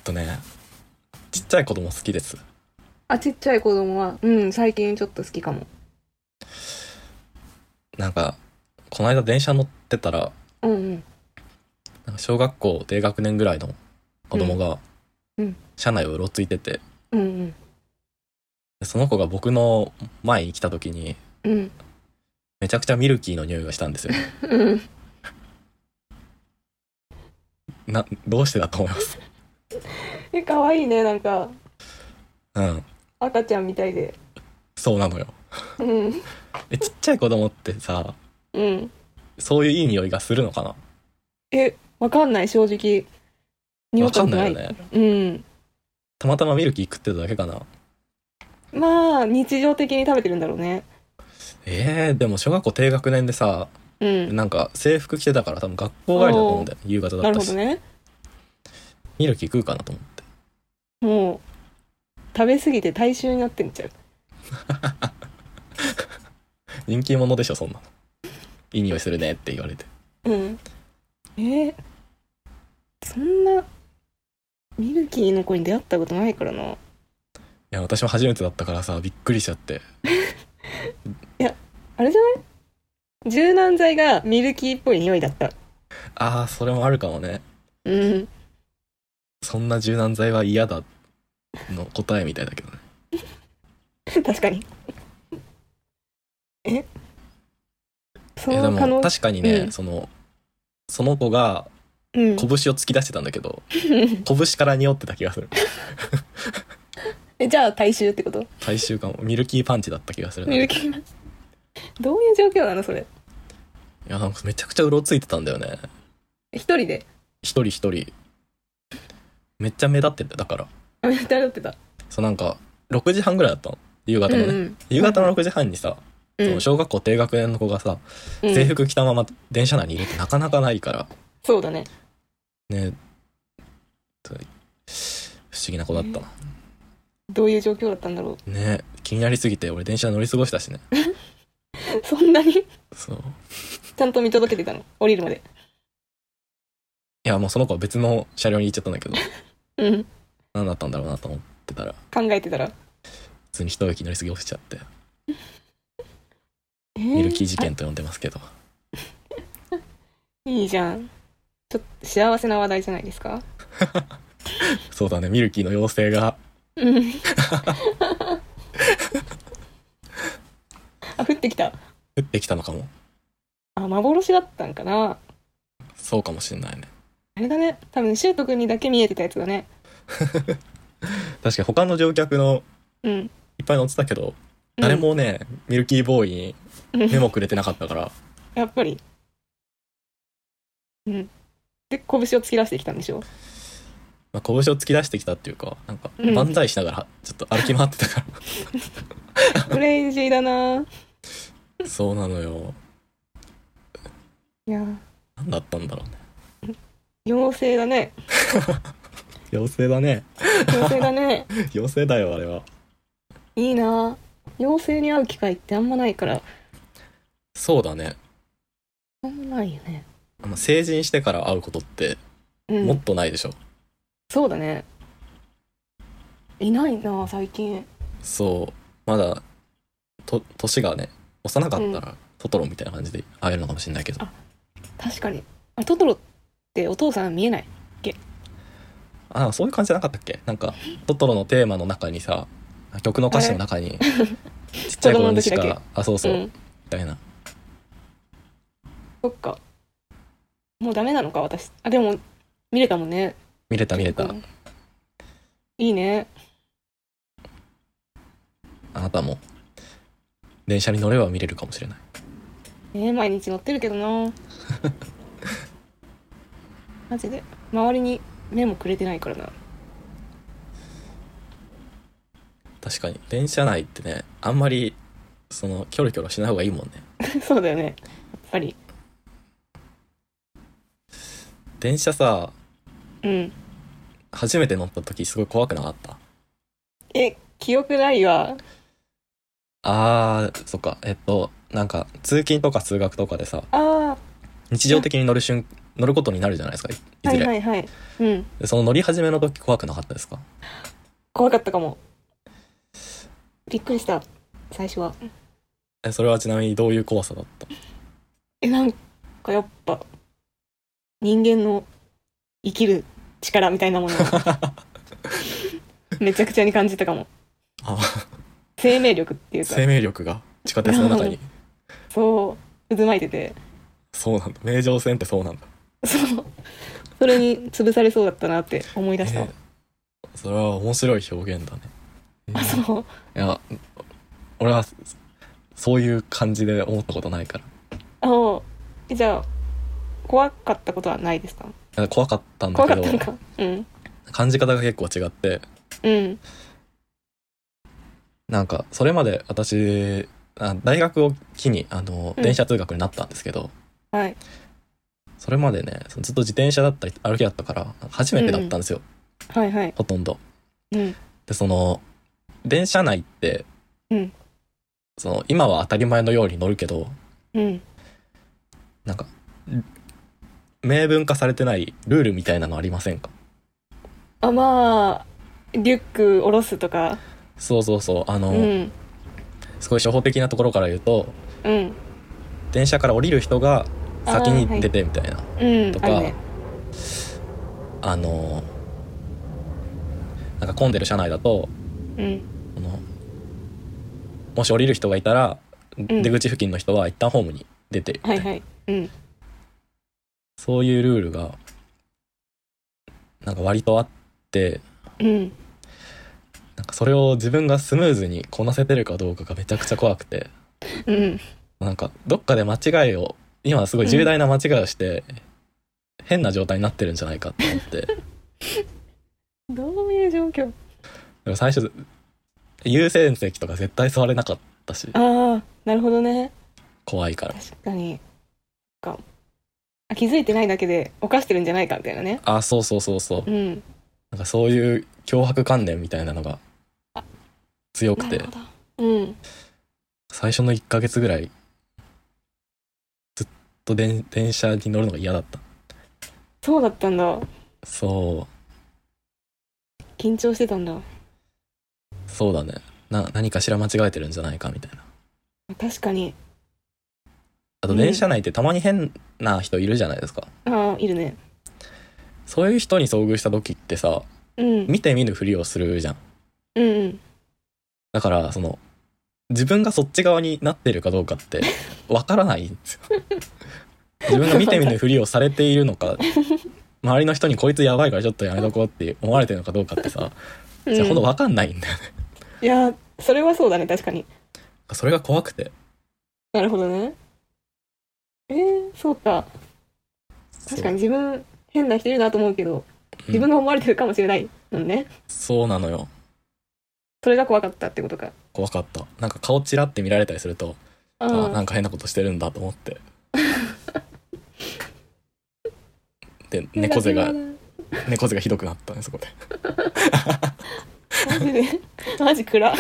ちっちゃい子供好きです。 あ、ちっちゃい子供は、最近ちょっと好きかも。 なんかこの間電車乗ってたら、 うんうん。 なんか小学校低学年ぐらいの子供がうん車内をうろついてて、 うんうんでその子が僕の前に来た時にうんめちゃくちゃミルキーの匂いがしたんですよ。 うん。 どうしてだと思います？ 可愛いね、なんかうん、 赤ちゃんみたいで。 そうなのよ。 うんちっちゃい子供ってさ、 うん。 そういういい匂いがするのかな？ わかんない、正直。匂わかったことない。 んないよね。 うん。 たまたまミルキー食ってただけかな。 まあ、日常的に食べてるんだろうね。 でも小学校低学年でさ、 うん。 なんか制服着てたから多分学校帰りだと思うんだよ。夕方だなったし、 るほどね。 ミルキー食うかなと思って。 もう、食べ過ぎて体臭になってんちゃう。 人気者でしょそんなの。いい匂いするねって言われて。 うん。そんな、ミルキーの子に出会ったことないからな。 いや私も初めてだったからさ、びっくりしちゃって。 あれじゃない？柔軟剤がミルキーっぽい匂いだった。 ああ、それもあるかもね。 うん。 そんな柔軟剤は嫌だの答えみたいだけどね。 確かに。えそでの可能、 も確かにね、 うんその子がうん。 拳を突き出してたんだけど、拳から匂ってた気がする。 じゃあ体臭ってこと？ 最終かも。ミルキーパンチだった気がするな。いミルキー。どういう状況なのそれ？ やなんかめちゃくちゃうろついてたんだよね。 一人で？ 一人一人めっちゃ目立ってて、だからめっちゃやってた。 そう、なんか6時半ぐらいだったの、夕方のね、 うんうん。 夕方の6時半にさ、 うんその小学校低学年の子がさ、 うん制服着たまま電車内にいるってなかなかないからそうだね。 ね。不思議な子だったな。 どういう状況だったんだろね、気になりすぎて俺電車乗り過ごしたしね。 う。そんなにそう、 ちゃんと見届けてたの？降りるまで。 いやもうその子は別の車両に行っちゃったんだけど、 うん。 何だったんだろうなと思ってたら考えてたら。 普通に一息乗り過ごしちゃって、ミルキー事件と呼んでますけど。 いいじゃん。ちょっと幸せな話題じゃないですか？ そうだね、ミルキーの妖精が。 うん。あ、降ってきた。 降ってきたのかも。 あ、幻だったんかな。 そうかもしんないね。 あれだね。多分、シュート君にだけ見えてたやつだね。 確かに他の乗客のうん。 いっぱい乗ってたけど、誰もね、ミルキーボーイにうん目もくれてなかったから。 やっぱり。うん。で、拳を突き出してきたんでしょ？ まあ、拳を突き出してきたっていうか、なんかうん万歳しながらちょっと歩き回ってたかクレイジーだな。 ら。そうなのよ。 いや、 何だったんだろうね。 妖精だね。 妖精だね。 妖精だね。 妖精だよあれは。 いいな。妖精に会う機会ってあんまないから。 そうだね。 あんまないよね。 成人してから会うことってうん。 もっとないでしょ。 そうだね。いないな、最近。 そう、まだ年がね幼かったら、トトロみたいな感じで会えるのかもしれないけど。 確かに。あ、トトロってお父さん見えない？ そういう感じじゃなかったっけ？なんかトトロのテーマの中にさ、曲の歌詞の中にちっちゃい頃にし子供の時だか、そうそう、 うん。 みたいな。 そっか。もうダメなのか、私。あ、でも、見れたもんね。 見れた。 うんいいね。 あなたも電車に乗れば見れるかもしれない。 毎日乗ってるけどな。マジで。周りに目もくれてないからな。 確かに電車内ってね、あんまりそのキョロキョロしない方がいいもんね。 そうだよね。やっぱり。 電車さ、 うん。 初めて乗った時すごい怖くなかった？ 記憶ないわ。 そっか。なんか通勤とか通学とかでさ、 あ日常的に乗る乗ることになるじゃないですか、いはずれ。 いはいはい。うん。 でその乗り始めの時怖くなかったですか？ 怖かったかも。びっくりした。最初は。 それはちなみにどういう怖さだった？ なんかやっぱ、人間の生きる力みたいなものをめちゃくちゃに感じたかも。 あ、 生命力っていうか、 生命力が地下鉄の中に。 そう、渦巻いてて、 そうなんだ。名城線ってそうなんだ。 そう、それに潰されそうだったなって思い出したわ。 それは面白い表現だね。 あ、そう。 いや、俺はそういう感じで思ったことないかあ、じゃあ、怖かったことはないですか？ ら。怖かったんだけど、 怖かったのか。うん。 感じ方が結構違って、 うん。 なんかそれまで私、大学を機にうん電車通学になったんですけど、 はい。 それまでね、ずっと自転車だったり歩きだったから初めてだったんですよ、 はいはい。 ほとんど。 うん。 で、電車内って、 うん。 今は当たり前のように乗るけど、 うん。 なんか明文化されてないルールみたいなのありませんか？ あ、まあ、リュック下ろすとか。 そうそうそう、 うん。 すごい初歩的なところから言うと、 うん。 電車から降りる人が先にあー、はい。 出てみたいな、 うん。 とか、 あるね。 あのなんか混んでる車内だと、 うん。 あのもし降りる人がいたら、 うん。 出口付近の人は一旦ホームに出てみたいな、 はいはい。うん。 そういうルールがなんか割とあって、 うん。 なんかそれを自分がスムーズにこなせてるかどうかがめちゃくちゃ怖くて、 うん。 なんかどっかで間違いを、今すごい重大な間違いをして、変な状態になってるんじゃないかって思って、だかどういう状況？ ら最初優先席とか絶対座れなかったし、 ああ、なるほどね。 怖いから。 確かに。気づいてないだけで犯してるんじゃないかみたいなね。 あ、そうそうそうそう、 うん。 なんかそういう脅迫観念みたいなのが強くて、 なるほど。うん。 最初の1ヶ月ぐらいずっと電車に乗るのが嫌だった。 そうだったんだ。 そ緊張してたんだ。 そうだね。何かしら間違えてるんじゃないかみたいな。 確かに。 あと電車内ってたまに変な人いるじゃないですか。 ああ、いるね。 そういう人に遭遇した時ってさ、 うん。 見て見ぬふりをするじゃん。 うんうん。 だから自分がそっち側になってるかどうかってわからないんですよ。自分が見て見ぬふりをされているのか、周りの人にこいつやばいからちょっとやめとこうって思われてるのかどうかってさ、 うん。 じゃあほんとわかんないんだよね。 いや、それはそうだね、確かに。 それが怖くて。 なるほどね。そうか。確かに自分、変な人いるなと思うけど、自分が思われてるかもしれないもんね。 そうなのよ。 それが怖かったってことか。 怖かった。なんか顔チラって見られたりすると、なんか変なことしてるんだと思って。で、猫背がひどくなったね、そこで。 マジで、マジ暗。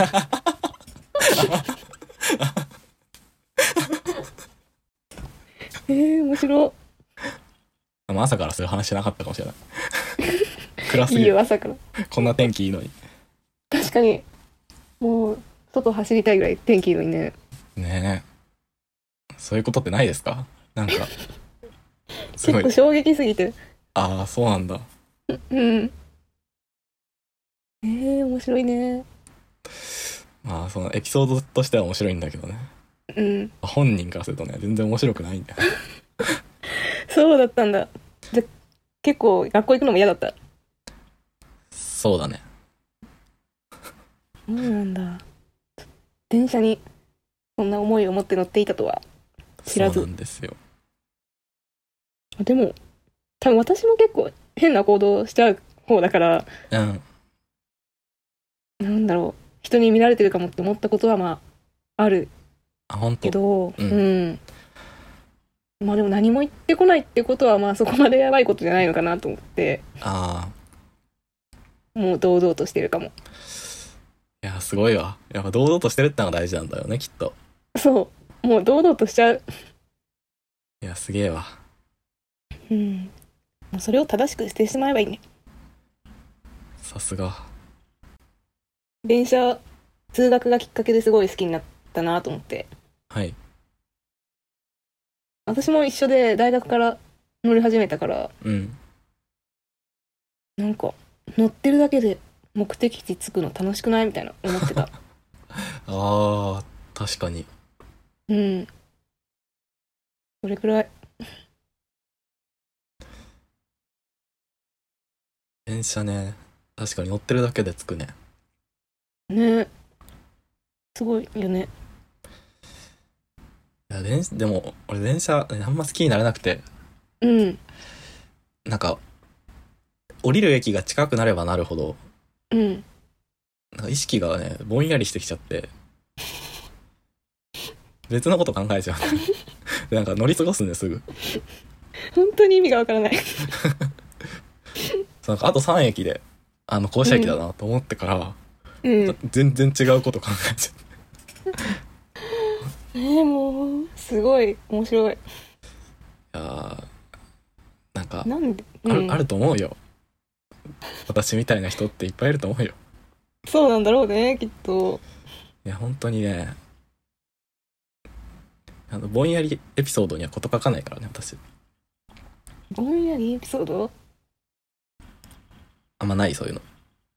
面白朝からそういう話しなかったかもしれない。暗すい。いいよ、 ぎる。 朝から。 こんな天気いいのに。 確かに、もう、外走りたいぐらい天気いいのにね。 ねえ。そういうことってないですか？なんか、すごい。 結構衝撃すぎて。 ああ、そうなんだ。 うん。面白いね。 まあ、そのエピソードとしては面白いんだけどね。 うん。 本人からするとね、全然面白くないんだよ。 そうだったんだ。じゃ、結構学校行くのも嫌だった。 そうだね。 そうなんだ。電車にそんな思いを持って乗っていたとは知らず。 そうなんですよ。 でも、多分私も結構変な行動しちゃう方だから、 うん。 なんだろう。人に見られてるかもって思ったことはまあ、あるあ、本当。 けど、 うんうん。まあでも何も言ってこないってことはまあそこまでやばいことじゃないのかなと思って、 ああ。 もう堂々としてるかも。 いや、すごいわ。やっぱ堂々としてるってのが大事なんだよね、きっと。 そう。もう堂々としちゃう。 いや、すげえわ。 うんもうそれを正しくしてしまえばいいね。 さすが。 電車通学がきっかけですごい好きになったなと思って。 はい。 私も一緒で大学から乗り始めたから、 うん。 なんか乗ってるだけで目的地着くの楽しくないみたいな思ってた。 あー、確かに。 うんそれくらい。 電車ね。確かに乗ってるだけで着くね。 ねすごいよね。 いや、でも、俺電車、あんま好きになれなくて、 うんなんか、降りる駅が近くなればなるほど、 うんなんか意識がね、ぼんやりしてきちゃって、別のこと考えちゃう。で、なんか乗り過ごすんですぐ。 本当に意味がわからない。 なんかあと3駅で、降車駅だなと思ってから、 うん全然違うこと考えちゃもうすごい面白い。 う。いやー、なんか、 なんで、 あると思うよ。私みたいな人っていっぱいいると思うよ。 そうなんだろうねきっと。 いや、本当にね、ぼんやりエピソードには事書かないからね、私。 ぼんやりエピソード。 あんまない、そういうの。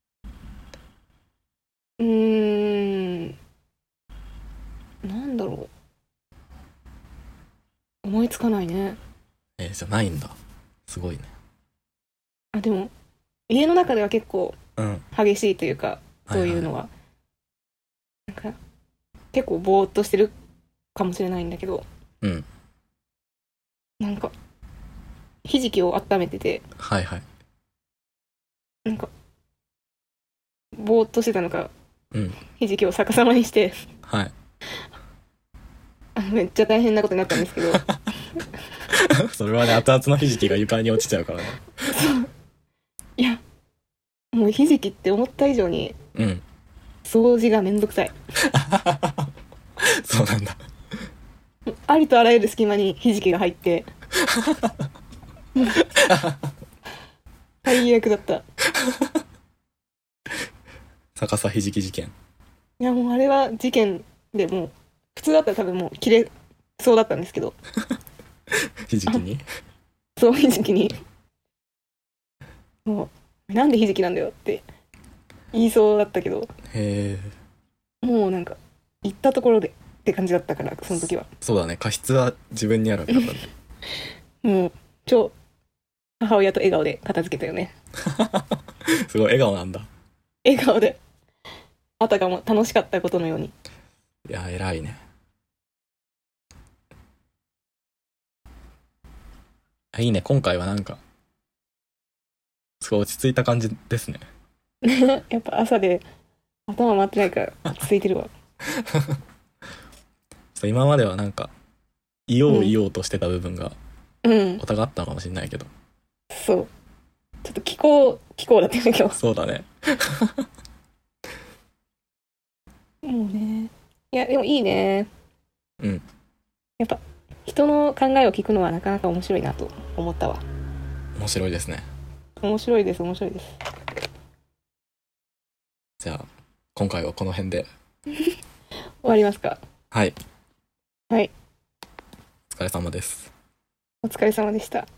なんだろう思いつかないね。 じゃないんだ。すごいね。 あでも家の中では結構うん。 激しいというかそういうのは、なんか結構ぼーっとしてるかもしれないんだけど、 うん。 なんかひじきを温めてて、 はいはい。 なんかぼーっとしてたのかうん。 ひじきを逆さまにしてはい。 めっちゃ大変なことになったんですけどそれはね、熱々のひじきが床に落ちちゃうからね。 いやもうひじきって思った以上にうん。 掃除がめんどくさい。 そうなんだ。 ありとあらゆる隙間にひじきが入って最悪だった。 逆さひじき事件。 いやもうあれは事件で、もう普通だったら多分もう切れそうだったんですけど、 ひじきに。 そうひじきにもうなんでひじきなんだよって言いそうだったけど、 へえ。 もうなんか言ったところでって感じだったから、その時はそうだね。過失は自分にあるわけだったね。 もう超母親と笑顔で片付けたよね。 すごい笑顔なんだ。 笑顔で、あたかも楽しかったことのように。 いや、偉いね。いいね。今回はなんか、すごい落ち着いた感じですね。 やっぱ朝で頭回ってないから落ち着いてるわ。 そう今まではなんか、言おうとしてた部分がうんお互いあったのかもしれないけど。 そうちょっと気候だったよね今日。 そうだね。 もうね、いやでもいいね。 うん。 やっぱ人の考えを聞くのはなかなか面白いなと思ったわ。 面白いですね。 面白いです面白いです。 じゃあ、今回はこの辺で。 終わりますか。 はい。 はい、 お疲れ様です。 お疲れ様でした。